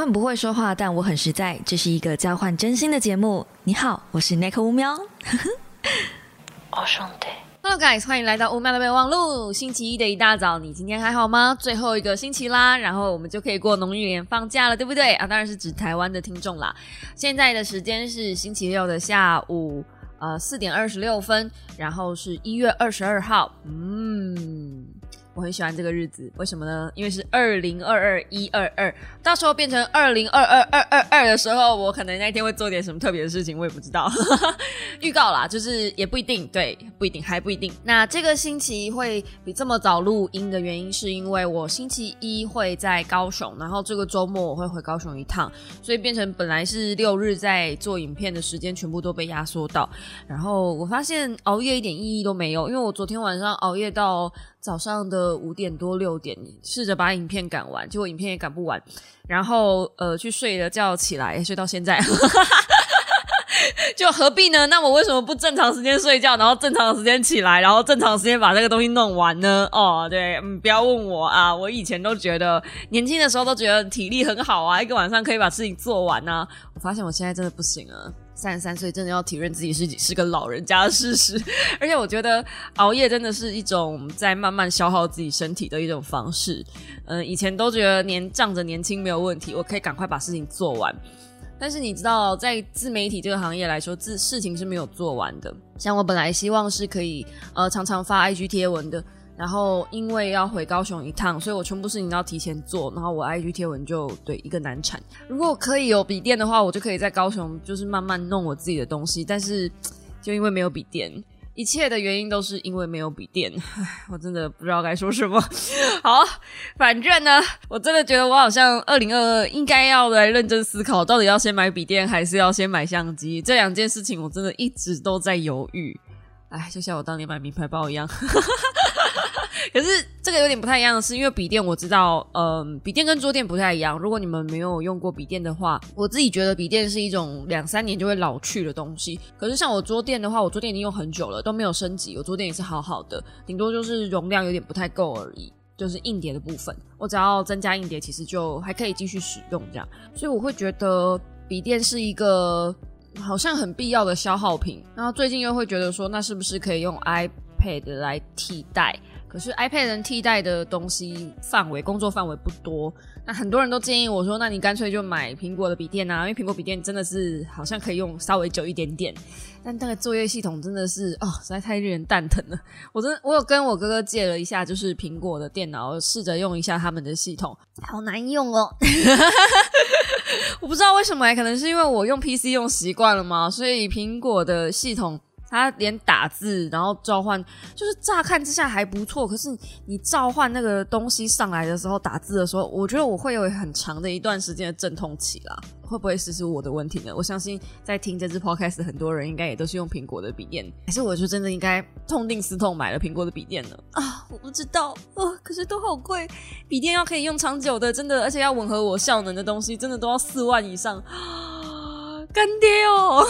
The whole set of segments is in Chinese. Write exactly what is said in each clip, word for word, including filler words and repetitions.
很不会说话，但我很实在。这是一个交换真心的节目。你好，我是 Neko 乌喵。 哦，兄弟。 Hello guys， 欢迎来到乌喵的备忘录。星期一的一大早，你今天还好吗？最后一个星期啦，然后我们就可以过农历年放假了，对不对啊？当然是指台湾的听众啦。现在的时间是星期六的下午呃四点二十六分，然后是一月二十二号。嗯。我很喜欢这个日子，为什么呢？因为是二零二二一二二，到时候变成二零二二二二二的时候，我可能那一天会做点什么特别的事情，我也不知道。预告啦，就是也不一定，对，不一定，还不一定。那这个星期会比这么早录音的原因，是因为我星期一会在高雄，然后这个周末我会回高雄一趟，所以变成本来是六日在做影片的时间全部都被压缩到，然后我发现熬夜一点意义都没有，因为我昨天晚上熬夜到早上的五点多六点，试着把影片赶完，结果影片也赶不完，然后呃去睡了觉起来，睡到现在，就何必呢？那我为什么不正常时间睡觉，然后正常时间起来，然后正常时间把这个东西弄完呢？哦，对，嗯，不要问我啊，我以前都觉得年轻的时候都觉得体力很好啊，一个晚上可以把事情做完啊，我发现我现在真的不行了。三十三岁真的要体认自己是是个老人家的事实，而且我觉得熬夜真的是一种在慢慢消耗自己身体的一种方式。嗯、呃，以前都觉得年仗着年轻没有问题，我可以赶快把事情做完。但是你知道，在自媒体这个行业来说，自事情是没有做完的。像我本来希望是可以呃常常发 I G 贴文的。然后因为要回高雄一趟，所以我全部事情都要提前做，然后我 I G 贴文就对一个难产。如果可以有笔电的话，我就可以在高雄就是慢慢弄我自己的东西，但是就因为没有笔电，一切的原因都是因为没有笔电。我真的不知道该说什么。好，反正呢，我真的觉得我好像二零二二应该要来认真思考，到底要先买笔电还是要先买相机，这两件事情我真的一直都在犹豫。哎，就像我当年买名牌包一样。可是这个有点不太一样的是，因为笔电我知道嗯，笔电跟桌垫不太一样，如果你们没有用过笔电的话，我自己觉得笔电是一种两三年就会老去的东西。可是像我桌垫的话，我桌垫已经用很久了，都没有升级，我桌垫也是好好的，顶多就是容量有点不太够而已，就是硬碟的部分我只要增加硬碟其实就还可以继续使用这样。所以我会觉得笔电是一个好像很必要的消耗品，然后最近又会觉得说那是不是可以用 iPad 来替代，可是 iPad 能替代的东西范围工作范围不多，那很多人都建议我说那你干脆就买苹果的笔电啊，因为苹果笔电真的是好像可以用稍微久一点点，但那个作业系统真的是哦实在太令人蛋疼了。我真的我有跟我哥哥借了一下就是苹果的电脑，试着用一下他们的系统，好难用哦。我不知道为什么，可能是因为我用 P C 用习惯了嘛，所以苹果的系统它连打字然后召唤就是乍看之下还不错，可是你召唤那个东西上来的时候，打字的时候，我觉得我会有很长的一段时间的阵痛期啦。会不会是是我的问题呢？我相信在听这支 podcast 的很多人应该也都是用苹果的笔电，还是我就真的应该痛定思痛买了苹果的笔电呢？啊，我不知道啊，可是都好贵，笔电要可以用长久的，真的，而且要吻合我效能的东西，真的都要四万以上。干爹哦。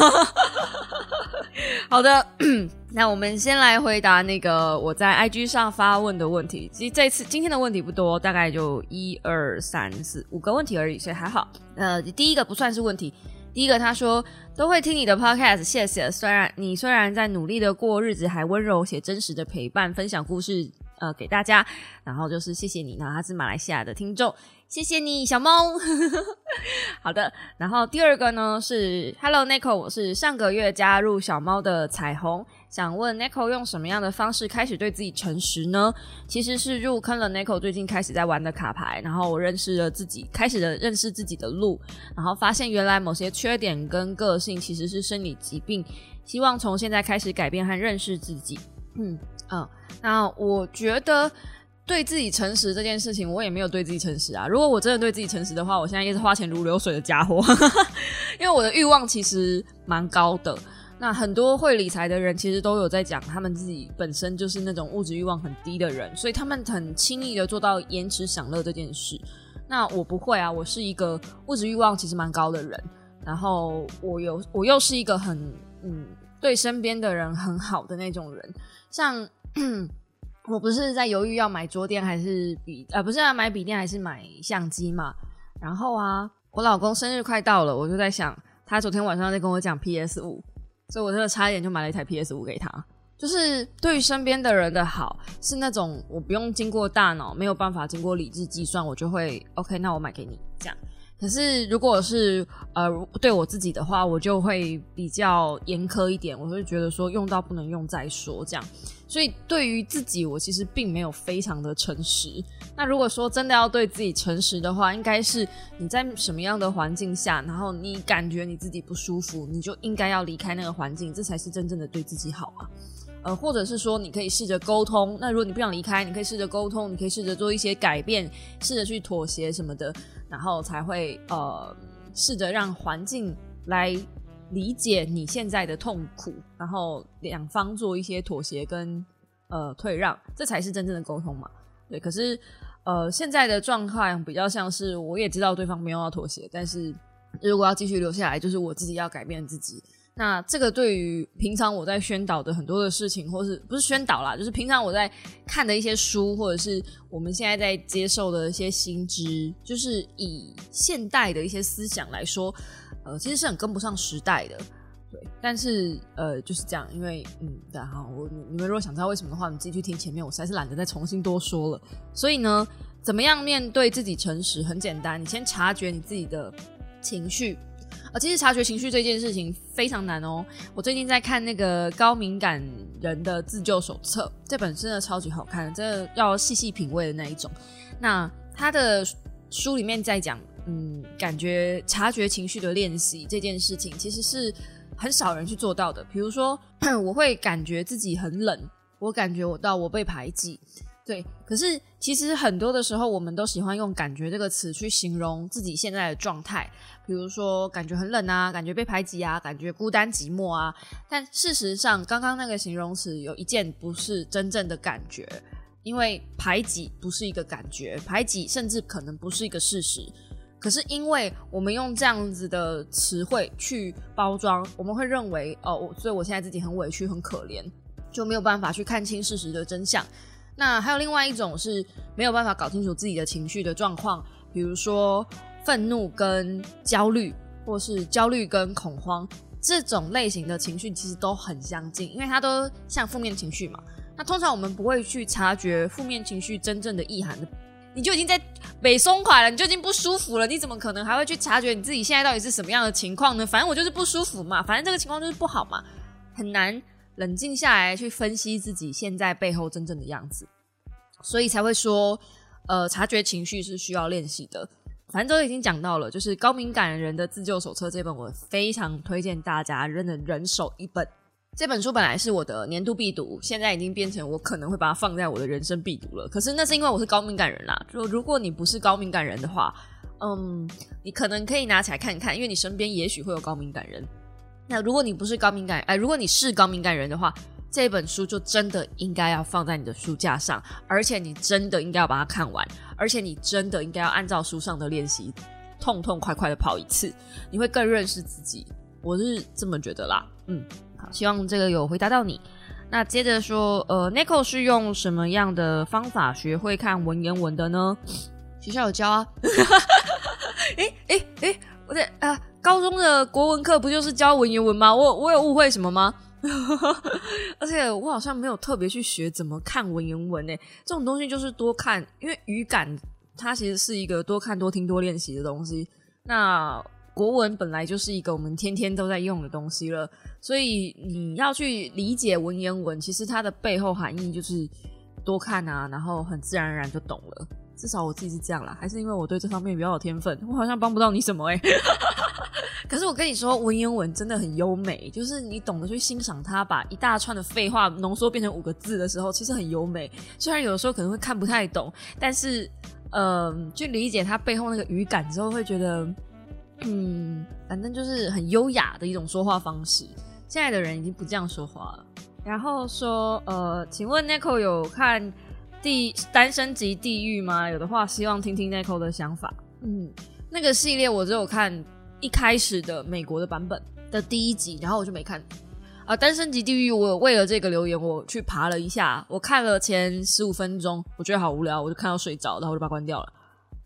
好的，那我们先来回答那个我在 I G 上发问的问题。其实这次今天的问题不多，大概就一二三四五个问题而已，所以还好。呃，第一个不算是问题。第一个他说都会听你的 podcast， 谢谢。虽然你虽然在努力的过日子，还温柔且真实的陪伴分享故事呃给大家，然后就是谢谢你，然后他是马来西亚的听众，谢谢你小猫。好的，然后第二个呢是 Hello Neko， 我是上个月加入小猫的彩虹，想问 Neko 用什么样的方式开始对自己诚实呢？其实是入坑了 Neko 最近开始在玩的卡牌，然后我认识了自己，开始了认识自己的路，然后发现原来某些缺点跟个性其实是生理疾病，希望从现在开始改变和认识自己。嗯嗯，那我觉得对自己诚实这件事情，我也没有对自己诚实啊。如果我真的对自己诚实的话，我现在也是花钱如流水的家伙。因为我的欲望其实蛮高的。那很多会理财的人其实都有在讲他们自己本身就是那种物质欲望很低的人，所以他们很轻易的做到延迟享乐这件事。那我不会啊，我是一个物质欲望其实蛮高的人，然后我有我又是一个很嗯对身边的人很好的那种人。像我不是在犹豫要买桌垫还是笔呃不是要买笔电还是买相机嘛， 然后啊，我老公生日快到了，我就在想，他昨天晚上在跟我讲 P S 五， 所以我真的差一点就买了一台 P S 五 给他。就是对于身边的人的好，是那种我不用经过大脑，没有办法经过理智计算，我就会 OK， 那我买给你这样。可是如果是呃对我自己的话，我就会比较严苛一点，我会觉得说用到不能用再说这样。所以对于自己，我其实并没有非常的诚实。那如果说真的要对自己诚实的话，应该是你在什么样的环境下，然后你感觉你自己不舒服，你就应该要离开那个环境，这才是真正的对自己好啊。呃，或者是说你可以试着沟通，那如果你不想离开，你可以试着沟通，你可以试着做一些改变，试着去妥协什么的，然后才会呃试着让环境来理解你现在的痛苦，然后两方做一些妥协跟呃退让，这才是真正的沟通嘛。对，可是呃现在的状况比较像是我也知道对方没有要妥协，但是如果要继续留下来，就是我自己要改变自己。那这个对于平常我在宣导的很多的事情，或是不是宣导啦，就是平常我在看的一些书，或者是我们现在在接受的一些新知，就是以现代的一些思想来说，呃，其实是很跟不上时代的。对，但是呃就是这样，因为嗯，对哈，我你们如果想知道为什么的话，你自己去听前面，我实在是懒得再重新多说了。所以呢，怎么样面对自己诚实？很简单，你先察觉你自己的情绪。呃，其实察觉情绪这件事情非常难哦。我最近在看那个高敏感人的自救手册，这本真的超级好看，真的要细细品味的那一种。那他的书里面在讲，嗯，感觉察觉情绪的练习这件事情，其实是很少人去做到的。比如说，我会感觉自己很冷，我感觉我到我被排挤。对，可是其实很多的时候我们都喜欢用感觉这个词去形容自己现在的状态，比如说感觉很冷啊，感觉被排挤啊，感觉孤单寂寞啊。但事实上刚刚那个形容词有一件不是真正的感觉，因为排挤不是一个感觉，排挤甚至可能不是一个事实。可是因为我们用这样子的词汇去包装，我们会认为哦，所以我现在自己很委屈很可怜，就没有办法去看清事实的真相。那还有另外一种是没有办法搞清楚自己的情绪的状况，比如说愤怒跟焦虑，或是焦虑跟恐慌，这种类型的情绪其实都很相近，因为它都像负面情绪嘛。那通常我们不会去察觉负面情绪真正的意涵，你就已经在北松垮了，你就已经不舒服了，你怎么可能还会去察觉你自己现在到底是什么样的情况呢？反正我就是不舒服嘛，反正这个情况就是不好嘛，很难冷静下来去分析自己现在背后真正的样子，所以才会说呃，察觉情绪是需要练习的。反正都已经讲到了，就是高敏感人的自救手册这本我非常推荐大家真的人手一本。这本书本来是我的年度必读，现在已经变成我可能会把它放在我的人生必读了。可是那是因为我是高敏感人啦，就如果你不是高敏感人的话，嗯，你可能可以拿起来看看，因为你身边也许会有高敏感人。那如果你不是高敏感，哎，如果你是高敏感人的话，这本书就真的应该要放在你的书架上，而且你真的应该要把它看完，而且你真的应该要按照书上的练习，痛痛快快的跑一次，你会更认识自己。我是这么觉得啦。嗯，好，希望这个有回答到你。那接着说，呃 Nico 是用什么样的方法学会看文言文的呢？学校有教啊。诶诶诶，我在啊，高中的国文课不就是教文言文吗？我我有误会什么吗？而且我好像没有特别去学怎么看文言文诶，这种东西就是多看，因为语感它其实是一个多看多听多练习的东西。那国文本来就是一个我们天天都在用的东西了，所以你要去理解文言文，其实它的背后含义就是多看啊，然后很自然而然就懂了。至少我自己是这样啦，还是因为我对这方面比较有天分，我好像帮不到你什么诶、欸、可是我跟你说，文言文真的很优美，就是你懂得去欣赏它，把一大串的废话浓缩变成五个字的时候，其实很优美。虽然有的时候可能会看不太懂，但是呃，去理解它背后那个语感之后，会觉得嗯，反正就是很优雅的一种说话方式。现在的人已经不这样说话了。然后说呃，请问 Nico 有看地单身级地狱吗？有的话希望听听 Nico 的想法。嗯，那个系列我只有看一开始的美国的版本的第一集，然后我就没看。啊，单身级地狱我为了这个留言我去爬了一下，我看了前十五分钟，我觉得好无聊，我就看到睡着，然后我就把它关掉了。嗯，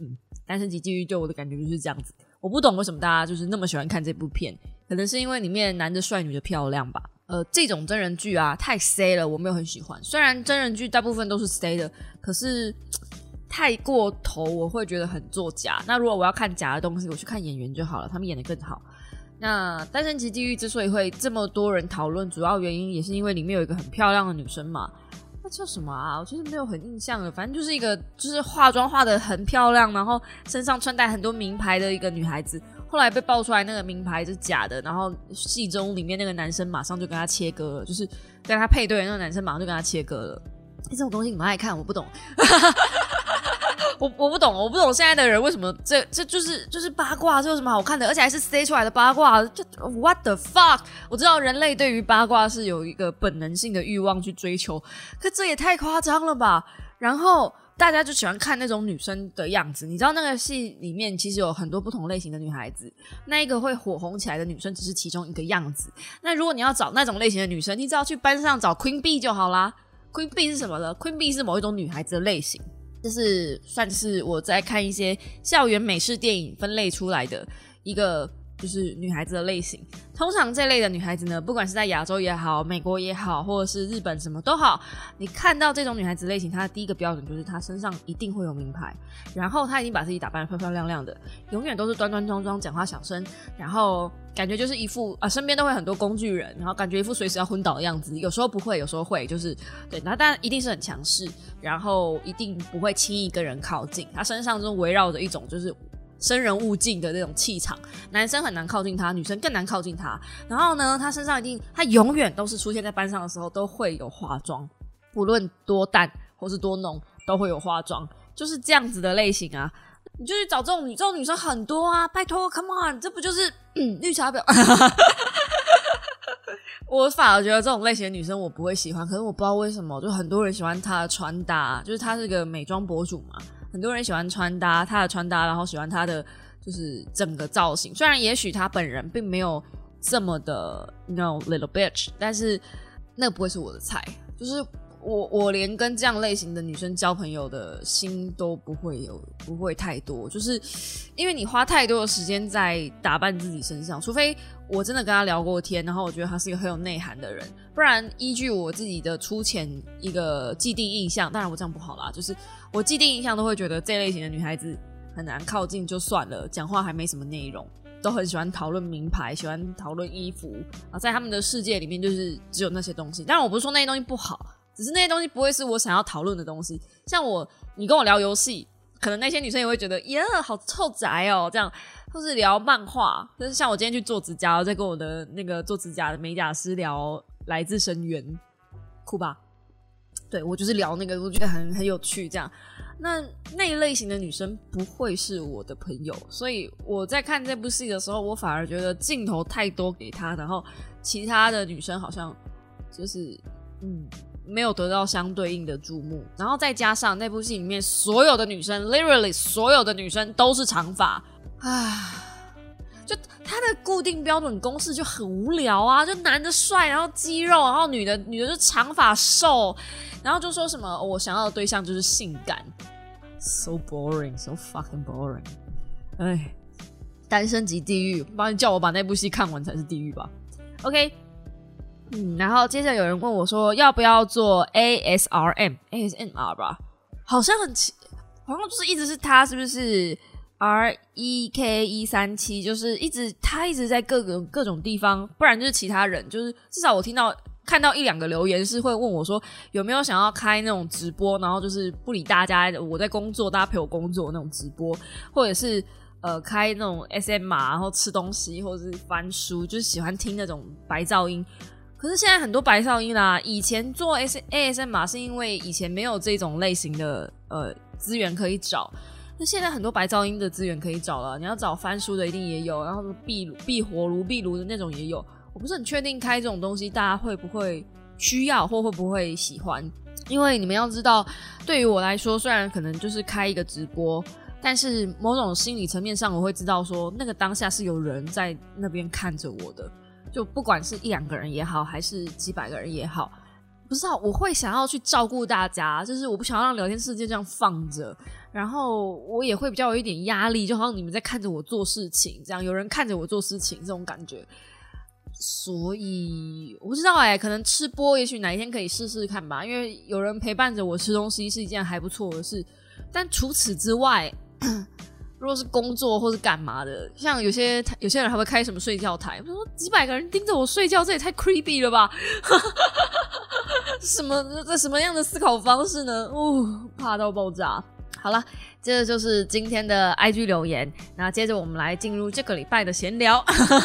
单身即地狱对我的感觉就是这样子。我不懂为什么大家就是那么喜欢看这部片，可能是因为里面男的帅女的漂亮吧。呃，这种真人剧啊太 C 了，我没有很喜欢。虽然真人剧大部分都是 C 的，可是太过头我会觉得很作假。那如果我要看假的东西，我去看演员就好了，他们演得更好。那单身即地狱之所以会这么多人讨论，主要原因也是因为里面有一个很漂亮的女生嘛。那叫什么啊？我其实没有很印象了，反正就是一个就是化妆化得很漂亮，然后身上穿戴很多名牌的一个女孩子。后来被爆出来那个名牌是假的，然后戏中里面那个男生马上就跟他切割了，就是跟他配对的那个男生马上就跟他切割了。欸、这种东西你们爱看，我不懂。我我不懂，我不懂现在的人为什么这这就是就是八卦，这有什么好看的？而且还是塞出来的八卦，就 what the fuck！ 我知道人类对于八卦是有一个本能性的欲望去追求，可这也太夸张了吧？然后大家就喜欢看那种女生的样子，你知道那个戏里面其实有很多不同类型的女孩子，那一个会火红起来的女生只是其中一个样子。那如果你要找那种类型的女生，你只要去班上找 Queen Bee 就好啦。Queen Bee 是什么呢？ Queen Bee 是某一种女孩子的类型，这是算是我在看一些校园美式电影分类出来的一个就是女孩子的类型。通常这类的女孩子呢，不管是在亚洲也好，美国也好，或者是日本什么都好，你看到这种女孩子类型，她的第一个标准就是她身上一定会有名牌，然后她已经把自己打扮得漂漂亮亮的，永远都是端端庄庄，讲话小声，然后感觉就是一副啊、呃、身边都会很多工具人，然后感觉一副随时要昏倒的样子，有时候不会，有时候会，就是对，那当然一定是很强势，然后一定不会轻易跟人靠近，她身上就围绕着一种就是生人勿近的那种气场，男生很难靠近他，女生更难靠近他。然后呢，他身上一定，他永远都是出现在班上的时候都会有化妆，不论多淡或是多浓都会有化妆，就是这样子的类型啊。你就去找这种女，这种女生很多啊，拜托 ，come on， 这不就是嗯绿茶婊？我反而觉得这种类型的女生我不会喜欢，可是我不知道为什么，就很多人喜欢她的穿搭，就是她是个美妆博主嘛。很多人喜欢穿搭，她的穿搭，然后喜欢她的就是整个造型。虽然也许她本人并没有这么的 you know little bitch， 但是那不会是我的菜。就是我我连跟这样类型的女生交朋友的心都不会有，不会太多。就是因为你花太多的时间在打扮自己身上，除非我真的跟她聊过天，然后我觉得她是一个很有内涵的人，不然依据我自己的粗浅一个既定印象，当然我这样不好啦，就是我既定印象都会觉得这类型的女孩子很难靠近就算了，讲话还没什么内容，都很喜欢讨论名牌，喜欢讨论衣服啊，在他们的世界里面就是只有那些东西。当然我不是说那些东西不好，只是那些东西不会是我想要讨论的东西。像我，你跟我聊游戏，可能那些女生也会觉得耶好臭宅哦这样，或是聊漫画，就是像我今天去做指甲，我在跟我的那个做指甲的美甲师聊来自深渊，酷吧？对，我就是聊那个，我觉得很很有趣这样。那那一类型的女生不会是我的朋友，所以我在看这部戏的时候，我反而觉得镜头太多给她，然后其他的女生好像就是嗯没有得到相对应的注目，然后再加上那部戏里面所有的女生 literally 所有的女生都是长发，唉，就他的固定标准公式就很无聊啊，就男的帅然后肌肉，然后女的女的就长发瘦，然后就说什么、哦、我想要的对象就是性感， so boring so fucking boring。 唉，单身即地狱，不然叫我把那部戏看完才是地狱吧。 OK， 嗯，然后接着有人问我说要不要做 A S R M A S M R 吧，好像很好像就是一直是他是不是R E K 一三七，就是一直他一直在各种各种地方，不然就是其他人，就是至少我听到看到一两个留言是会问我说有没有想要开那种直播，然后就是不理大家，我在工作，大家陪我工作那种直播，或者是呃开那种 S M R 然后吃东西或者是翻书，就是喜欢听那种白噪音。可是现在很多白噪音啦，以前做 A S M R 是因为以前没有这种类型的呃资源可以找，那现在很多白噪音的资源可以找了，你要找翻书的一定也有，然后壁壁火炉壁炉的那种也有。我不是很确定开这种东西大家会不会需要或会不会喜欢，因为你们要知道对于我来说虽然可能就是开一个直播，但是某种心理层面上我会知道说那个当下是有人在那边看着我的，就不管是一两个人也好还是几百个人也好，不知道我会想要去照顾大家，就是我不想要让聊天世界这样放着， 然后我也会比较有一点压力，就好像你们在看着我做事情这样，有人看着我做事情这种感觉。所以我不知道哎、欸，可能吃播也许哪一天可以试试看吧，因为有人陪伴着我吃东西是一件还不错的事。但除此之外，如果是工作或是干嘛的，像有些有些人还会开什么睡觉台，我说几百个人盯着我睡觉，这也太 creepy 了吧？什么这什么样的思考方式呢？哦，怕到爆炸。好了，这就是今天的 I G 留言。那接着我们来进入这个礼拜的闲聊。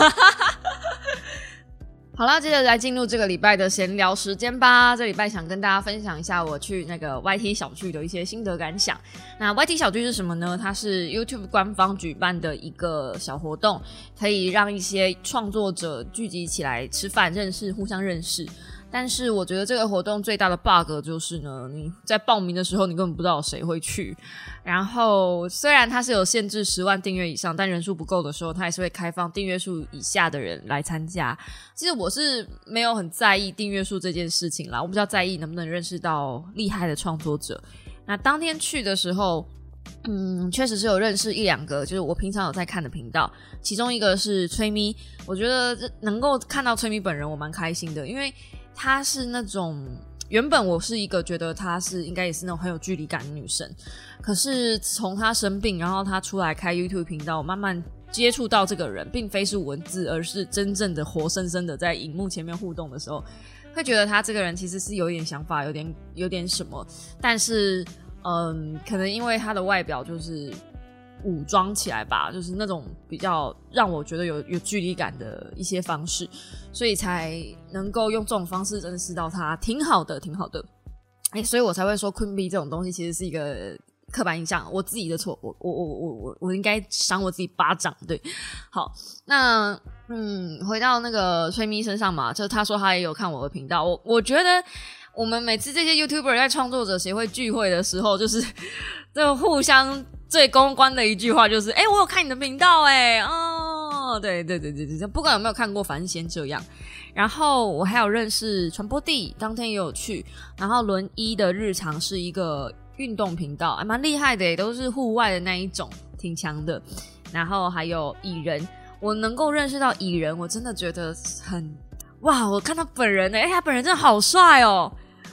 好啦，接着来进入这个礼拜的闲聊时间吧。这礼拜想跟大家分享一下我去那个 Y T 小聚的一些心得感想。那 Y T 小聚是什么呢？它是 YouTube 官方举办的一个小活动，可以让一些创作者聚集起来吃饭、认识、互相认识。但是我觉得这个活动最大的 bug 就是呢，你在报名的时候你根本不知道谁会去，然后虽然它是有限制十万订阅以上，但人数不够的时候它还是会开放订阅数以下的人来参加。其实我是没有很在意订阅数这件事情啦，我比较在意能不能认识到厉害的创作者。那当天去的时候嗯，确实是有认识一两个就是我平常有在看的频道，其中一个是崔咪，我觉得能够看到崔咪本人我蛮开心的，因为她是那种原本我是一个觉得她是应该也是那种很有距离感的女生，可是从她生病然后她出来开 YouTube 频道，我慢慢接触到这个人，并非是文字而是真正的活生生的在荧幕前面互动的时候，会觉得她这个人其实是有点想法，有点有点什么，但是嗯，可能因为她的外表就是武装起来吧，就是那种比较让我觉得有有距离感的一些方式，所以才能够用这种方式认识到他，挺好的挺好的。欸，所以我才会说 Queen Bee 这种东西其实是一个刻板印象，我自己的错，我我我我我我应该赏我自己巴掌。对，好，那嗯，回到那个崔咪身上嘛，就他说他也有看我的频道，我我觉得我们每次这些 YouTuber 在创作者协会聚会的时候，就是就互相最公关的一句话就是哎、欸，我有看你的频道哎、欸，哦，对对对对对，不管有没有看过，反正先这样。然后我还有认识传播帝，当天也有去，然后轮一的日常是一个运动频道，还蛮厉害的耶，都是户外的那一种，挺强的。然后还有蚁人，我能够认识到蚁人，我真的觉得很哇，我看他本人耶，哎，他本人真的好帅哦。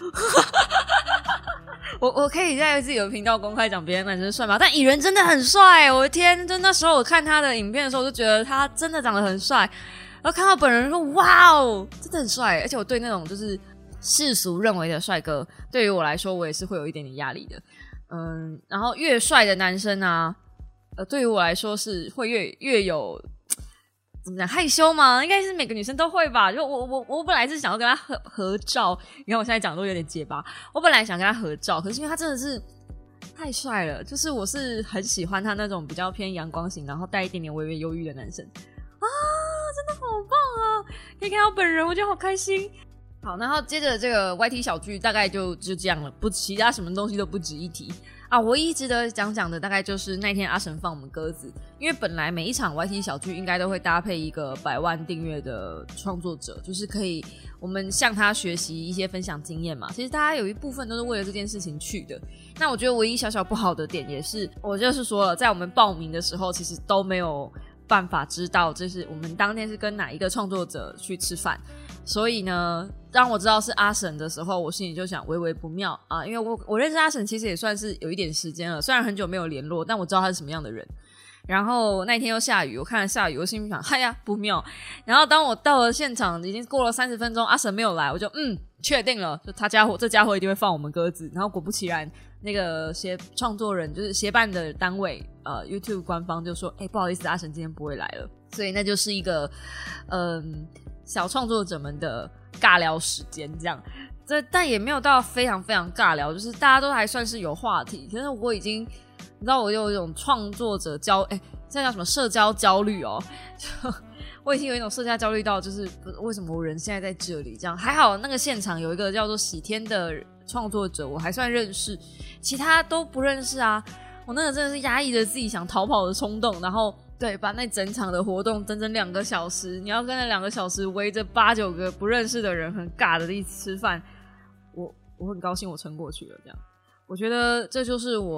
我我可以在自己的频道公开讲别人男生帅吗？但蚁人真的很帅，我的天！就那时候我看他的影片的时候，我就觉得他真的长得很帅。然后看到本人说哇哦，真的很帅！而且我对那种就是世俗认为的帅哥，对于我来说，我也是会有一点点压力的。嗯，然后越帅的男生啊，呃，对于我来说是会越越有。怎么讲害羞吗？应该是每个女生都会吧。就我我我本来是想要跟他合合照，你看我现在讲都有点结巴。我本来想跟他合照，可是因为他真的是太帅了，就是我是很喜欢他那种比较偏阳光型，然后带一点点微微忧郁的男生啊，真的好棒啊！可以看到本人，我觉得好开心。好，然后接着这个 Y T 小聚大概就就这样了，不其他什么东西都不值一提。啊，唯一值得讲讲的大概就是那天阿神放我们鸽子，因为本来每一场 Y T 小聚应该都会搭配一个百万订阅的创作者，就是可以我们向他学习一些分享经验嘛。其实大家有一部分都是为了这件事情去的。那我觉得唯一小小不好的点也是，我就是说了，在我们报名的时候，其实都没有办法知道，就是我们当天是跟哪一个创作者去吃饭。所以呢，当我知道是阿神的时候，我心里就想微微不妙啊，因为我我认识阿神其实也算是有一点时间了，虽然很久没有联络，但我知道他是什么样的人。然后那天又下雨，我看了下雨，我心里想，哎呀不妙。然后当我到了现场，已经过了三十分钟，阿神没有来，我就嗯确定了，就他家伙这家伙一定会放我们鸽子。然后果不其然，那个协创作人就是协办的单位，呃 YouTube 官方就说，哎、欸、不好意思，阿神今天不会来了。所以那就是一个嗯。小创作者们的尬聊时间这样，这但也没有到非常非常尬聊，就是大家都还算是有话题。可是我已经，你知道我有一种创作者焦，哎、欸，这叫什么社交焦虑哦？就我已经有一种社交焦虑到，就是为什么我人现在在这里这样？还好那个现场有一个叫做喜天的创作者，我还算认识，其他都不认识啊。我那个真的是压抑着自己想逃跑的冲动，然后。对，把那整场的活动整整两个小时，你要跟那两个小时围着八九个不认识的人很尬的一起吃饭，我我很高兴我撑过去了。这样，我觉得这就是我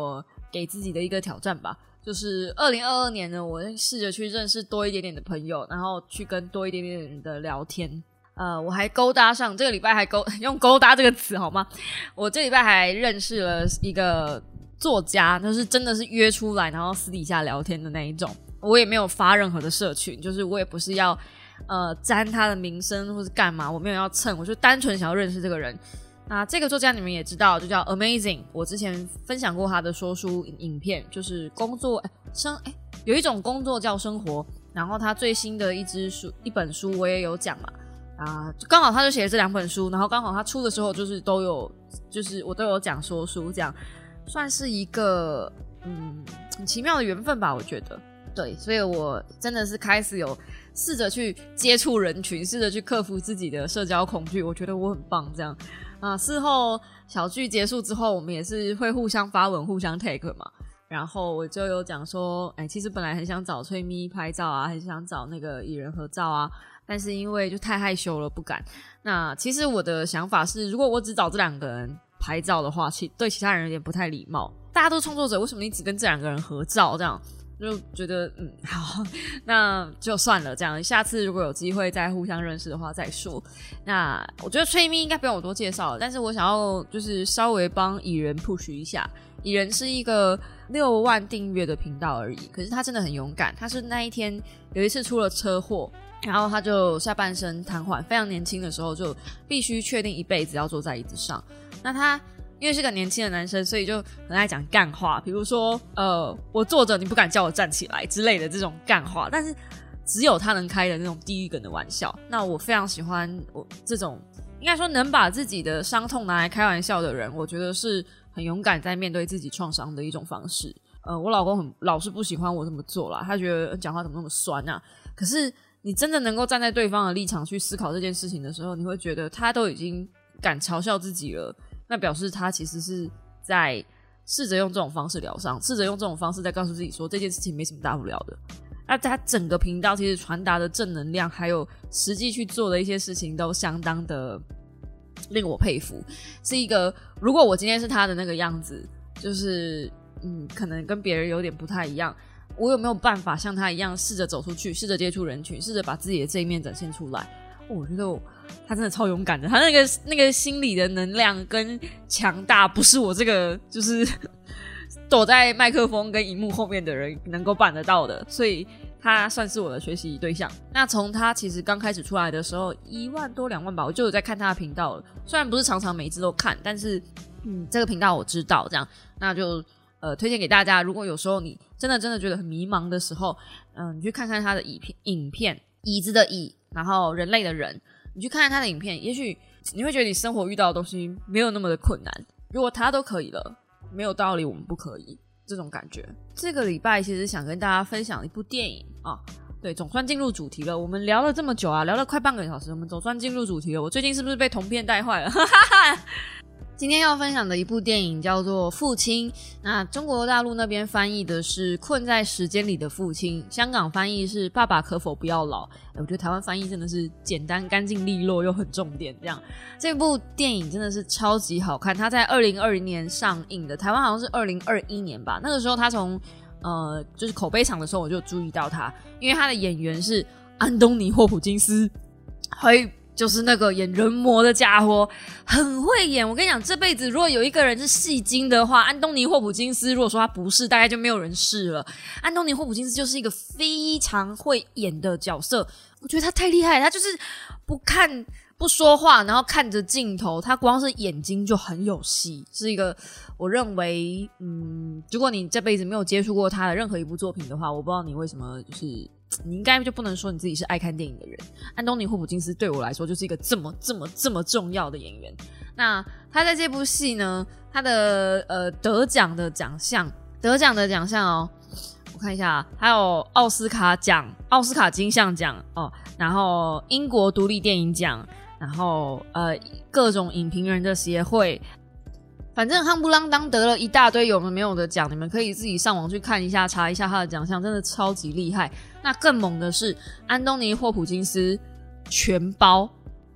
给自己的一个挑战吧。就是二零二二年呢，我试着去认识多一点点的朋友，然后去跟多一点点的人的聊天。呃，我还勾搭上这个礼拜还勾用勾搭这个词好吗？我这礼拜还认识了一个作家，就是真的是约出来，然后私底下聊天的那一种。我也没有发任何的社群，就是我也不是要呃沾他的名声或是干嘛，我没有要蹭，我就单纯想要认识这个人。那这个作家你们也知道，就叫 Amazing。我之前分享过他的说书影片，就是工作诶生诶有一种工作叫生活，然后他最新的一支书一本书我也有讲嘛。啊，刚好他就写了这两本书，然后刚好他出的时候就是都有，就是我都有讲说书，这样算是一个嗯很奇妙的缘分吧，我觉得。对，所以我真的是开始有试着去接触人群，试着去克服自己的社交恐惧，我觉得我很棒，这样啊。事后小聚结束之后，我们也是会互相发文、互相 take 嘛。然后我就有讲说，哎，其实本来很想找崔咪拍照啊，很想找那个艺人合照啊。但是因为就太害羞了不敢。那其实我的想法是，如果我只找这两个人拍照的话，其对其他人有点不太礼貌。大家都是创作者，为什么你只跟这两个人合照？这样就觉得嗯好，那就算了。这样下次如果有机会再互相认识的话再说。那我觉得崔咪应该不用我多介绍了，但是我想要就是稍微帮蚁人 push 一下。蚁人是一个六万订阅的频道而已，可是他真的很勇敢。他是那一天有一次出了车祸。然后他就下半身瘫痪，非常年轻的时候就必须确定一辈子要坐在椅子上。那他因为是个年轻的男生，所以就很爱讲干话，比如说呃，我坐着你不敢叫我站起来之类的这种干话，但是只有他能开的那种地狱梗的玩笑。那我非常喜欢我这种应该说能把自己的伤痛拿来开玩笑的人，我觉得是很勇敢在面对自己创伤的一种方式。呃，我老公很老是不喜欢我这么做啦，他觉得讲话怎么那么酸啊，可是你真的能够站在对方的立场去思考这件事情的时候，你会觉得他都已经敢嘲笑自己了，那表示他其实是在试着用这种方式疗伤，试着用这种方式在告诉自己说这件事情没什么大不了的。那他整个频道其实传达的正能量还有实际去做的一些事情都相当的令我佩服，是一个如果我今天是他的那个样子，就是嗯，可能跟别人有点不太一样，我有没有办法像他一样试着走出去，试着接触人群，试着把自己的这一面展现出来。哦，我觉得我他真的超勇敢的，他那个那个心理的能量跟强大不是我这个就是躲在麦克风跟荧幕后面的人能够办得到的，所以他算是我的学习对象。那从他其实刚开始出来的时候一万多两万吧，我就有在看他的频道了，虽然不是常常每一次都看，但是嗯，这个频道我知道，这样那就呃，推荐给大家，如果有时候你真的真的觉得很迷茫的时候，嗯、呃，你去看看他的影片，影片椅子的椅，然后人类的人，你去看看他的影片，也许你会觉得你生活遇到的东西没有那么的困难。如果他都可以了，没有道理我们不可以，这种感觉。这个礼拜其实想跟大家分享一部电影啊，对，总算进入主题了。我们聊了这么久啊，聊了快半个小时，我们总算进入主题了。我最近是不是被同片带坏了？哈哈哈。今天要分享的一部电影叫做《父亲》，那中国大陆那边翻译的是《困在时间里的父亲》，香港翻译是《爸爸可否不要老》。我觉得台湾翻译真的是简单、干净利落又很重点，这样。这部电影真的是超级好看，它在二零二零年上映的，台湾好像是二零二一年吧。那个时候它从呃就是口碑场的时候我就注意到它，因为它的演员是安东尼·霍普金斯，还就是那个演人魔的家伙，很会演。我跟你讲，这辈子如果有一个人是戏精的话，安东尼·霍普金斯如果说他不是，大概就没有人是了。安东尼·霍普金斯就是一个非常会演的角色，我觉得他太厉害了，他就是不看不说话，然后看着镜头，他光是眼睛就很有戏，是一个我认为嗯，如果你这辈子没有接触过他的任何一部作品的话，我不知道你为什么就是你应该就不能说你自己是爱看电影的人。安东尼·霍普金斯对我来说就是一个这么这么这么重要的演员。那他在这部戏呢，他的呃得奖的奖项，得奖的奖项哦，我看一下，还有奥斯卡奖、奥斯卡金像奖哦，然后英国独立电影奖，然后呃各种影评人的协会。反正夯不啷当得了一大堆有的没有的奖，你们可以自己上网去看一下，查一下他的奖项，真的超级厉害。那更猛的是安东尼·霍普金斯全包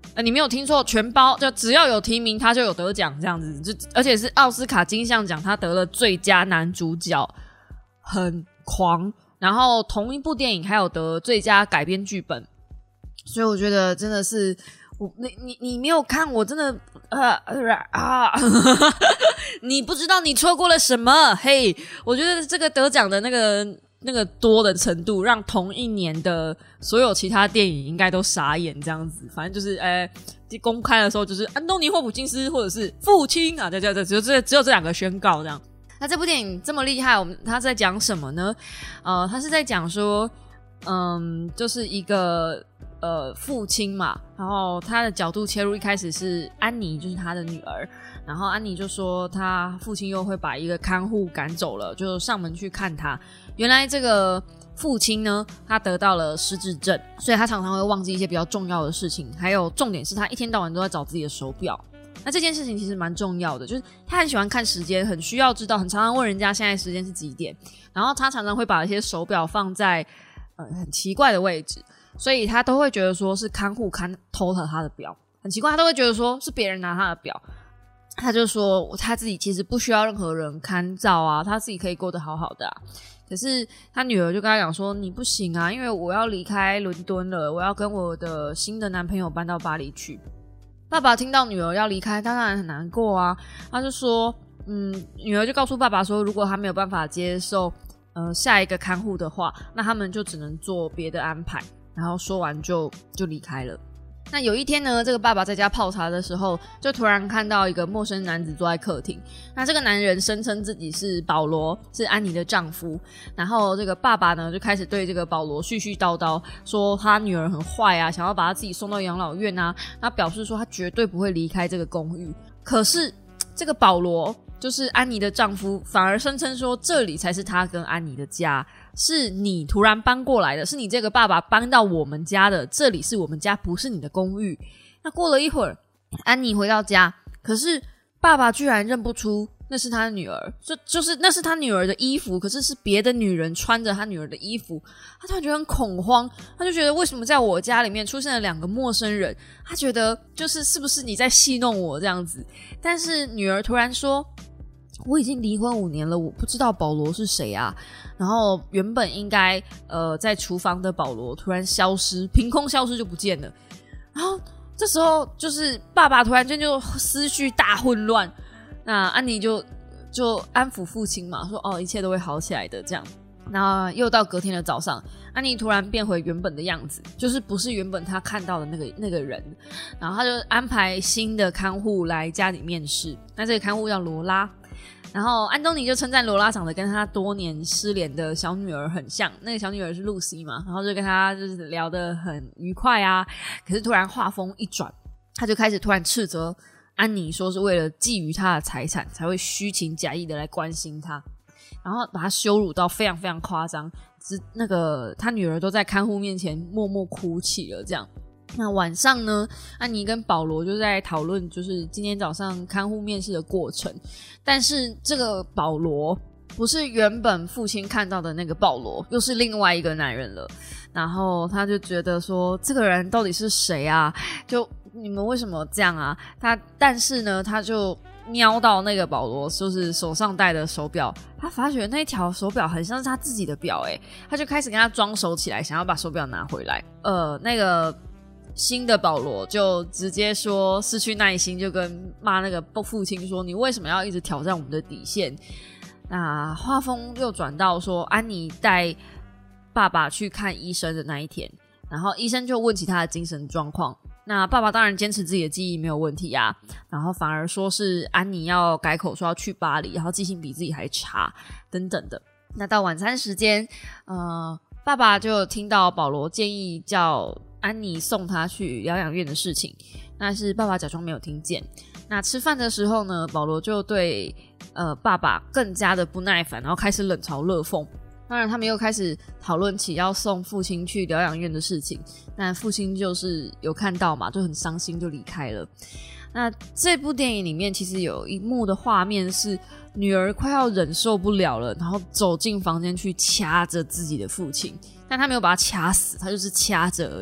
呃，你没有听错，全包，就只要有提名他就有得奖这样子，就而且是奥斯卡金像奖，他得了最佳男主角，很狂。然后同一部电影还有得最佳改编剧本，所以我觉得真的是我你你你没有看，我真的呃啊，你不知道你错过了什么。嘿，我觉得这个得奖的那个那个多的程度，让同一年的所有其他电影应该都傻眼这样子。反正就是呃，公开的时候就是安东尼·霍普金斯或者是父亲啊，对对对，只有这只有这两个宣告这样。那这部电影这么厉害，我们他在讲什么呢？呃，他是在讲说，嗯，就是一个呃父亲嘛，然后他的角度切入，一开始是安妮，就是他的女儿，然后安妮就说他父亲又会把一个看护赶走了，就上门去看他。原来这个父亲呢，他得到了失智症，所以他常常会忘记一些比较重要的事情，还有重点是他一天到晚都在找自己的手表。那这件事情其实蛮重要的，就是他很喜欢看时间，很需要知道，很常常问人家现在时间是几点，然后他常常会把一些手表放在呃很奇怪的位置，所以他都会觉得说是看护看偷了他的表，很奇怪，他都会觉得说是别人拿他的表。他就说他自己其实不需要任何人看照啊，他自己可以过得好好的啊。可是他女儿就跟他讲说你不行啊，因为我要离开伦敦了，我要跟我的新的男朋友搬到巴黎去。爸爸听到女儿要离开，当然很难过啊。他就说，嗯，女儿就告诉爸爸说，如果他没有办法接受呃下一个看护的话，那他们就只能做别的安排。然后说完就就离开了。那有一天呢，这个爸爸在家泡茶的时候，就突然看到一个陌生男子坐在客厅。那这个男人声称自己是保罗，是安妮的丈夫。然后这个爸爸呢，就开始对这个保罗絮絮叨叨，说他女儿很坏啊，想要把他自己送到养老院啊。他表示说他绝对不会离开这个公寓。可是这个保罗，就是安妮的丈夫，反而声称说这里才是他跟安妮的家。是你突然搬过来的，是你这个爸爸搬到我们家的，这里是我们家，不是你的公寓。那过了一会儿，安妮回到家，可是爸爸居然认不出那是他的女儿，就就是那是他女儿的衣服，可是是别的女人穿着他女儿的衣服。他突然觉得很恐慌，他就觉得为什么在我家里面出现了两个陌生人，他觉得就是是不是你在戏弄我这样子。但是女儿突然说，我已经离婚五年了，我不知道保罗是谁啊。然后原本应该呃在厨房的保罗突然消失，凭空消失就不见了。然后这时候就是爸爸突然间就思绪大混乱，那安妮就就安抚父亲嘛，说哦一切都会好起来的这样。那又到隔天的早上，安妮突然变回原本的样子，就是不是原本她看到的那个那个人。然后她就安排新的看护来家里面试，那这个看护叫罗拉。然后安东尼就称赞罗拉长得跟他多年失联的小女儿很像，那个小女儿是露西嘛，然后就跟他就是聊得很愉快啊。可是突然话锋一转，他就开始突然斥责安妮，说是为了觊觎她的财产才会虚情假意的来关心她，然后把她羞辱到非常非常夸张，那个他女儿都在看护面前默默哭泣了这样。那晚上呢，安妮跟保罗就在讨论就是今天早上看护面试的过程，但是这个保罗不是原本父亲看到的那个保罗，又是另外一个男人了。然后他就觉得说这个人到底是谁啊，就你们为什么这样啊。他但是呢他就瞄到那个保罗就是手上戴的手表，他发觉那条手表很像是他自己的表诶，他就开始跟他装熟起来，想要把手表拿回来。呃那个新的保罗就直接说失去耐心，就跟骂那个父亲说你为什么要一直挑战我们的底线。那画风又转到说安妮带爸爸去看医生的那一天，然后医生就问起他的精神状况，那爸爸当然坚持自己的记忆没有问题啊，然后反而说是安妮要改口说要去巴黎，然后记性比自己还差等等的。那到晚餐时间呃，爸爸就听到保罗建议叫安妮送他去疗养院的事情，但是爸爸假装没有听见。那吃饭的时候呢，保罗就对呃爸爸更加的不耐烦，然后开始冷嘲热讽。当然他们又开始讨论起要送父亲去疗养院的事情，那父亲就是有看到嘛，就很伤心就离开了。那这部电影里面其实有一幕的画面是女儿快要忍受不了了，然后走进房间去掐着自己的父亲，但他没有把他掐死，他就是掐着而已。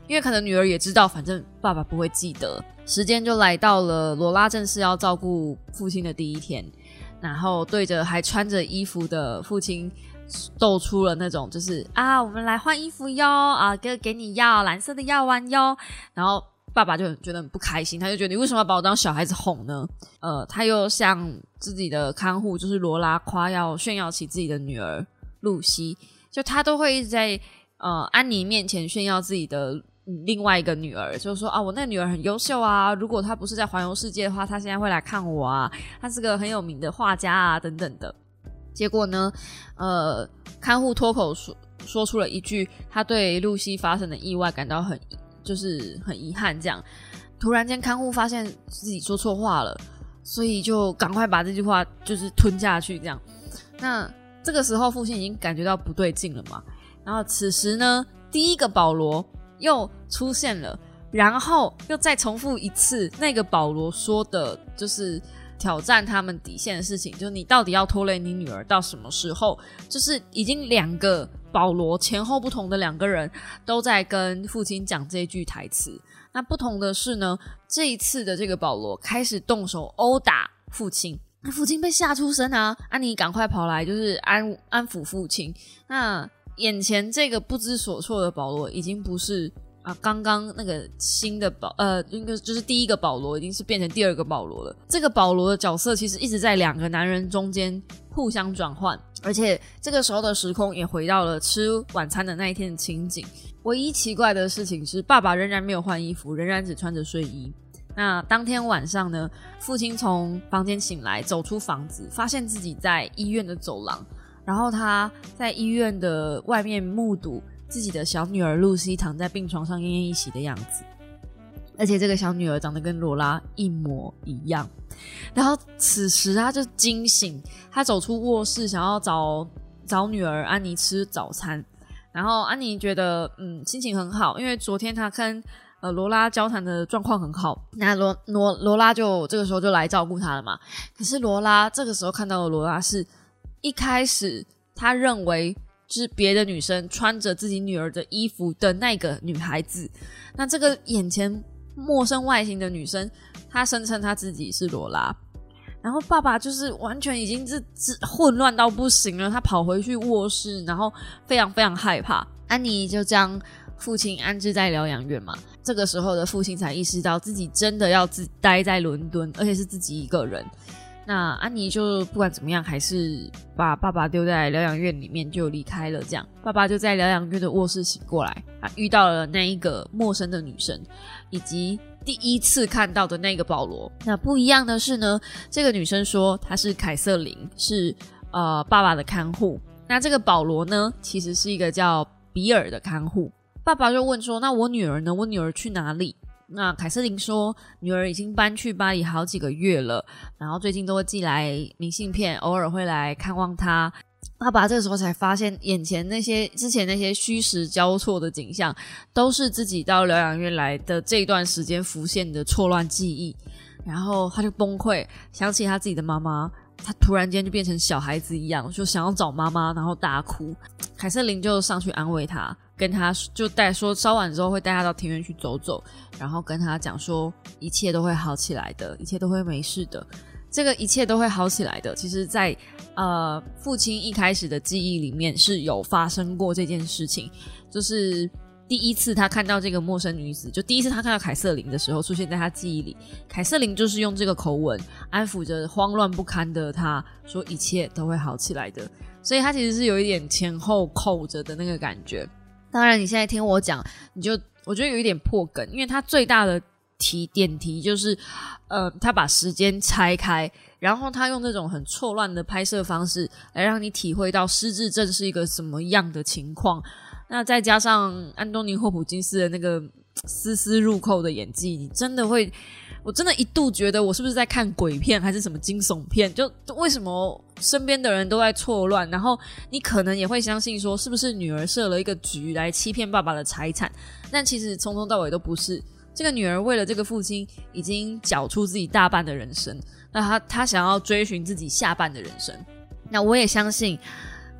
因为可能女儿也知道反正爸爸不会记得。时间就来到了罗拉正式要照顾父亲的第一天，然后对着还穿着衣服的父亲斗出了那种就是啊我们来换衣服哟，啊给给你药蓝色的药丸哟，然后爸爸就觉得很不开心，他就觉得你为什么要把我当小孩子哄呢？呃，他又向自己的看护就是罗拉夸耀炫耀起自己的女儿露西，就他都会一直在呃安妮面前炫耀自己的另外一个女儿，就是说啊我那个女儿很优秀啊，如果她不是在环游世界的话，她现在会来看我啊，她是个很有名的画家啊等等的。结果呢呃看护脱口说说出了一句他对露西发生的意外感到很就是很遗憾，这样突然间看护发现自己说错话了，所以就赶快把这句话就是吞下去这样。那这个时候父亲已经感觉到不对劲了嘛，然后此时呢第一个保罗又出现了，然后又再重复一次那个保罗说的就是挑战他们底线的事情，就是你到底要拖累你女儿到什么时候，就是已经两个保罗前后不同的两个人都在跟父亲讲这句台词。那不同的是呢，这一次的这个保罗开始动手殴打父亲，那父亲被吓出声啊，安妮赶快跑来就是安安抚父亲。那眼前这个不知所措的保罗已经不是啊，刚刚那个新的保呃，应该就是第一个保罗已经是变成第二个保罗了。这个保罗的角色其实一直在两个男人中间互相转换，而且这个时候的时空也回到了吃晚餐的那一天的情景。唯一奇怪的事情是，爸爸仍然没有换衣服，仍然只穿着睡衣。那当天晚上呢，父亲从房间醒来，走出房子，发现自己在医院的走廊，然后他在医院的外面目睹自己的小女儿露西躺在病床上奄奄一息的样子，而且这个小女儿长得跟罗拉一模一样。然后此时他就惊醒，他走出卧室想要找找女儿安妮吃早餐，然后安妮觉得嗯心情很好，因为昨天他跟呃罗拉交谈的状况很好，那罗罗罗拉就这个时候就来照顾他了嘛。可是罗拉这个时候看到的罗拉是一开始他认为就是别的女生穿着自己女儿的衣服的那个女孩子，那这个眼前陌生外形的女生，她声称她自己是罗拉。然后爸爸就是完全已经是混乱到不行了，他跑回去卧室，然后非常非常害怕。安妮就将父亲安置在疗养院嘛，这个时候的父亲才意识到自己真的要自待在伦敦，而且是自己一个人。那安妮就不管怎么样还是把爸爸丢在疗养院里面就离开了，这样爸爸就在疗养院的卧室醒过来，他遇到了那一个陌生的女生以及第一次看到的那个保罗。那不一样的是呢，这个女生说她是凯瑟琳，是呃爸爸的看护，那这个保罗呢其实是一个叫比尔的看护。爸爸就问说那我女儿呢，我女儿去哪里？那凯瑟琳说女儿已经搬去巴黎好几个月了，然后最近都会寄来明信片，偶尔会来看望她。爸爸这个时候才发现眼前那些之前那些虚实交错的景象都是自己到疗养院来的这一段时间浮现的错乱记忆，然后他就崩溃，想起他自己的妈妈，他突然间就变成小孩子一样，就想要找妈妈，然后大哭。凯瑟琳就上去安慰他，跟他就带说稍晚之后会带他到庭院去走走，然后跟他讲说一切都会好起来的，一切都会没事的。这个一切都会好起来的，其实在呃父亲一开始的记忆里面是有发生过这件事情，就是第一次他看到这个陌生女子，就第一次他看到凯瑟琳的时候出现在他记忆里，凯瑟琳就是用这个口吻安抚着慌乱不堪的他，说一切都会好起来的。所以他其实是有一点前后扣着的那个感觉。当然你现在听我讲，你就我觉得有一点破梗，因为他最大的题点题就是呃，他把时间拆开，然后他用这种很错乱的拍摄方式来让你体会到失智症是一个什么样的情况。那再加上安东尼·霍普金斯的那个丝丝入扣的演技，你真的会我真的一度觉得我是不是在看鬼片还是什么惊悚片，就为什么身边的人都在错乱，然后你可能也会相信说是不是女儿设了一个局来欺骗爸爸的财产，但其实从头到尾都不是。这个女儿为了这个父亲已经缴出自己大半的人生，那她她想要追寻自己下半的人生。那我也相信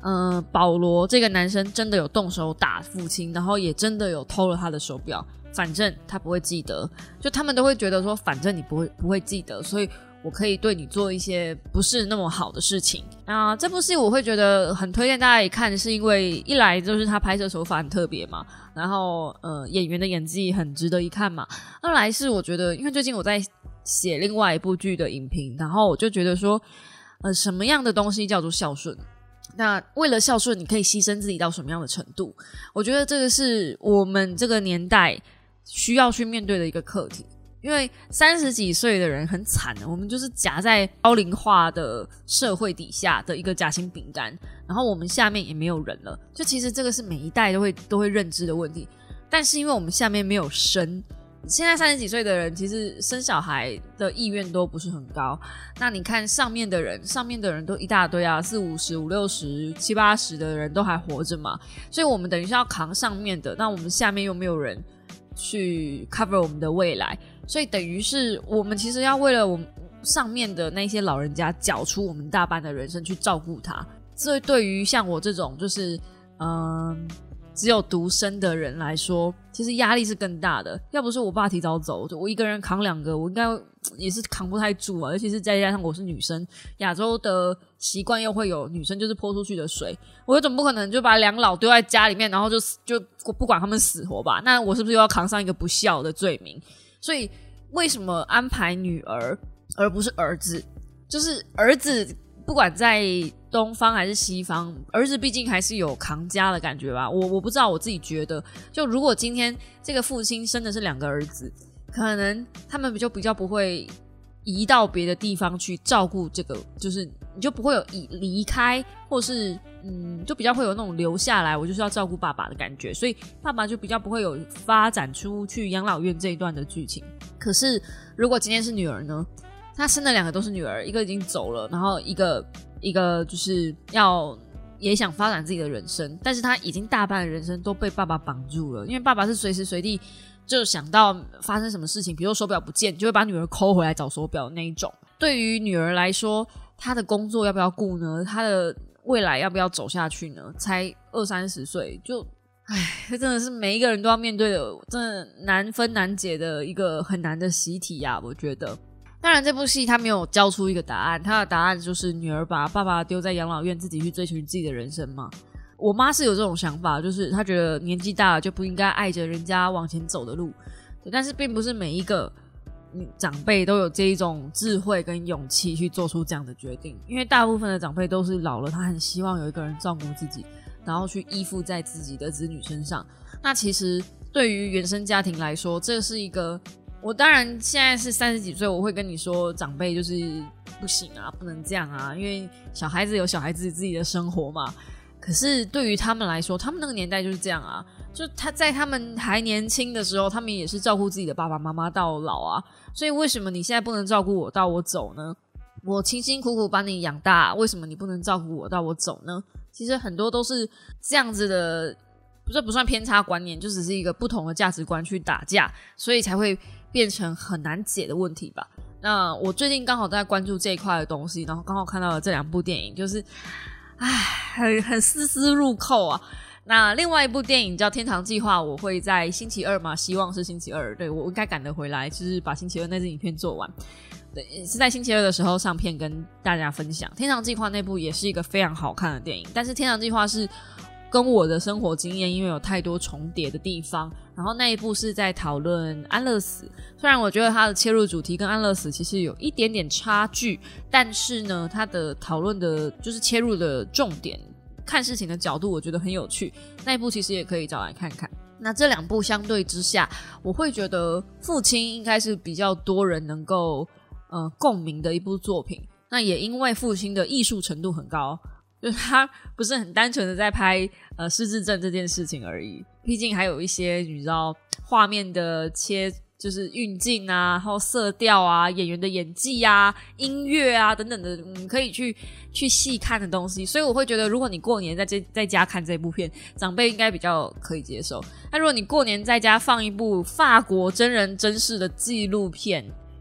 呃，保罗这个男生真的有动手打父亲，然后也真的有偷了他的手表，反正他不会记得，就他们都会觉得说反正你不会不会记得，所以我可以对你做一些不是那么好的事情。那这部戏我会觉得很推荐大家一看，是因为一来就是他拍摄手法很特别嘛，然后呃演员的演技很值得一看嘛，二来是我觉得因为最近我在写另外一部剧的影评，然后我就觉得说呃什么样的东西叫做孝顺，那为了孝顺你可以牺牲自己到什么样的程度，我觉得这个是我们这个年代需要去面对的一个课题。因为三十几岁的人很惨的，我们就是夹在高龄化的社会底下的一个夹心饼干，然后我们下面也没有人了，就其实这个是每一代都会都会认知的问题，但是因为我们下面没有生，现在三十几岁的人其实生小孩的意愿都不是很高，那你看上面的人上面的人都一大堆啊，四五十五六十七八十的人都还活着嘛，所以我们等于是要扛上面的，那我们下面又没有人去 cover 我们的未来，所以等于是我们其实要为了我们上面的那些老人家缴出我们大半的人生去照顾他，这对于像我这种就是嗯只有独生的人来说，其实压力是更大的。要不是我爸提早走，我一个人扛两个，我应该也是扛不太住啊。尤其是再加上我是女生，亚洲的习惯又会有女生就是泼出去的水，我总不可能就把两老丢在家里面，然后就就不管他们死活吧？那我是不是又要扛上一个不孝的罪名？所以为什么安排女儿而不是儿子？就是儿子。不管在东方还是西方，儿子毕竟还是有扛家的感觉吧。我我不知道，我自己觉得，就如果今天这个父亲生的是两个儿子，可能他们就比较不会移到别的地方去照顾这个，就是你就不会有离开，或是嗯，就比较会有那种留下来，我就是要照顾爸爸的感觉，所以爸爸就比较不会有发展出去养老院这一段的剧情。可是如果今天是女儿呢？他生的两个都是女儿，一个已经走了，然后一个一个就是要也想发展自己的人生，但是他已经大半的人生都被爸爸绑住了，因为爸爸是随时随地就想到发生什么事情，比如说手表不见，就会把女儿抠回来找手表那一种。对于女儿来说，她的工作要不要顾呢？她的未来要不要走下去呢？才二三十岁，就唉，这真的是每一个人都要面对的，真的难分难解的一个很难的习题啊，我觉得。当然这部戏他没有交出一个答案，他的答案就是女儿把爸爸丢在养老院，自己去追寻自己的人生嘛。我妈是有这种想法，就是她觉得年纪大了就不应该爱着人家往前走的路，对，但是并不是每一个长辈都有这一种智慧跟勇气去做出这样的决定，因为大部分的长辈都是老了，他很希望有一个人照顾自己，然后去依附在自己的子女身上。那其实对于原生家庭来说，这是一个，我当然现在是三十几岁，我会跟你说长辈就是不行啊，不能这样啊，因为小孩子有小孩子自己的生活嘛。可是对于他们来说，他们那个年代就是这样啊，就他在他们还年轻的时候，他们也是照顾自己的爸爸妈妈到老啊。所以为什么你现在不能照顾我到我走呢？我辛辛苦苦把你养大，为什么你不能照顾我到我走呢？其实很多都是这样子的，这不算偏差观念，就只是一个不同的价值观去打架，所以才会变成很难解的问题吧。那我最近刚好在关注这一块的东西，然后刚好看到了这两部电影，就是唉，很很丝丝入扣啊。那另外一部电影叫《天堂计划》，我会在星期二嘛，希望是星期二，对，我应该赶得回来，就是把星期二那支影片做完。对，是在星期二的时候上片跟大家分享。《天堂计划》那部也是一个非常好看的电影，但是《天堂计划》是跟我的生活经验因为有太多重叠的地方，然后那一部是在讨论安乐死，虽然我觉得它的切入主题跟安乐死其实有一点点差距，但是呢它的讨论的就是切入的重点，看事情的角度我觉得很有趣，那一部其实也可以找来看看。那这两部相对之下，我会觉得父亲应该是比较多人能够呃共鸣的一部作品，那也因为父亲的艺术程度很高，就是他不是很单纯的在拍呃失智症这件事情而已，毕竟还有一些你知道画面的切就是运镜啊，然后色调啊，演员的演技啊，音乐啊等等的，嗯，可以去去细看的东西。所以我会觉得，如果你过年在这在家看这部片，长辈应该比较可以接受。那如果你过年在家放一部法国真人真事的纪录片，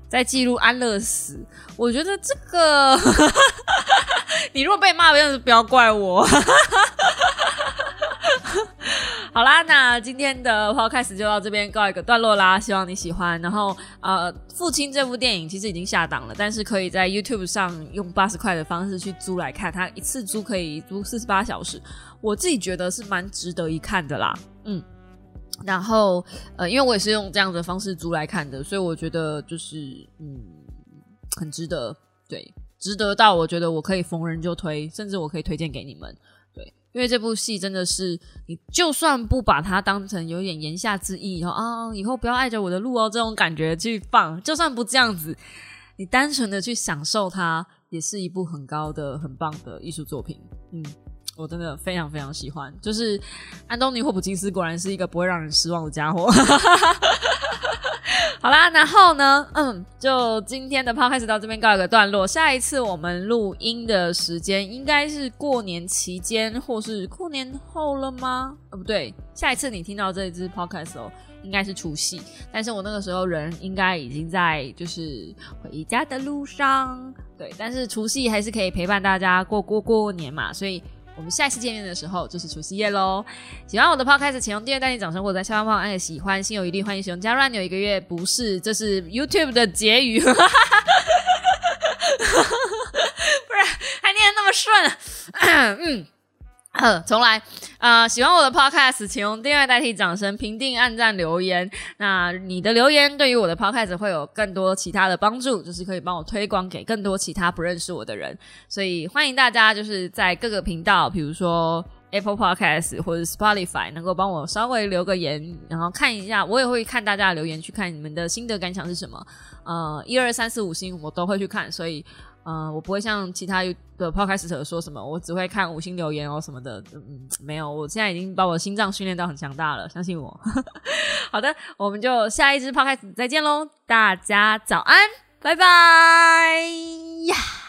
在记录安乐死，我觉得这个你如果被骂，真的不要怪我。好啦，那今天的 podcast 就到这边告一个段落啦，希望你喜欢。然后呃，父亲这部电影其实已经下档了，但是可以在 YouTube 上用八十块的方式去租来看，它一次租可以租四十八小时，我自己觉得是蛮值得一看的啦。嗯，然后呃，因为我也是用这样的方式租来看的，所以我觉得就是嗯，很值得，对，值得到我觉得我可以逢人就推，甚至我可以推荐给你们。因为这部戏真的是，你就算不把它当成有点言下之意，然后啊，以后不要爱着我的路哦，这种感觉去放，就算不这样子，你单纯的去享受它，也是一部很高的、很棒的艺术作品。嗯，我真的非常非常喜欢。就是安东尼·霍普金斯果然是一个不会让人失望的家伙。好啦，然后呢，嗯，就今天的 podcast 到这边告一个段落。下一次我们录音的时间应该是过年期间，或是过年后了吗？呃、哦，不对，下一次你听到这一支 podcast 哦，应该是除夕。但是我那个时候人应该已经在就是回家的路上，对。但是除夕还是可以陪伴大家过过过年嘛，所以。我们下一次见面的时候就是除夕夜咯。喜欢我的 podcast 请用订阅代替掌声，或者在下方帮我按个喜欢，心有余力欢迎使用加入按钮。一个月不是，这是 YouTube 的结语。不然还念得那么顺。嗯呃，重来。呃，喜欢我的 podcast 请用订阅代替掌声，评定、按赞、留言。那你的留言对于我的 podcast 会有更多其他的帮助，就是可以帮我推广给更多其他不认识我的人。所以欢迎大家就是在各个频道，比如说 Apple Podcast 或者 Spotify 能够帮我稍微留个言，然后看一下，我也会看大家的留言，去看你们的心得感想是什么。呃，一二三四五星我都会去看，所以呃，我不会像其他的 podcaster 说什么我只会看五星留言哦什么的，嗯，没有，我现在已经把我的心脏训练到很强大了，相信我。好的，我们就下一支 podcast 再见咯，大家早安，拜拜呀。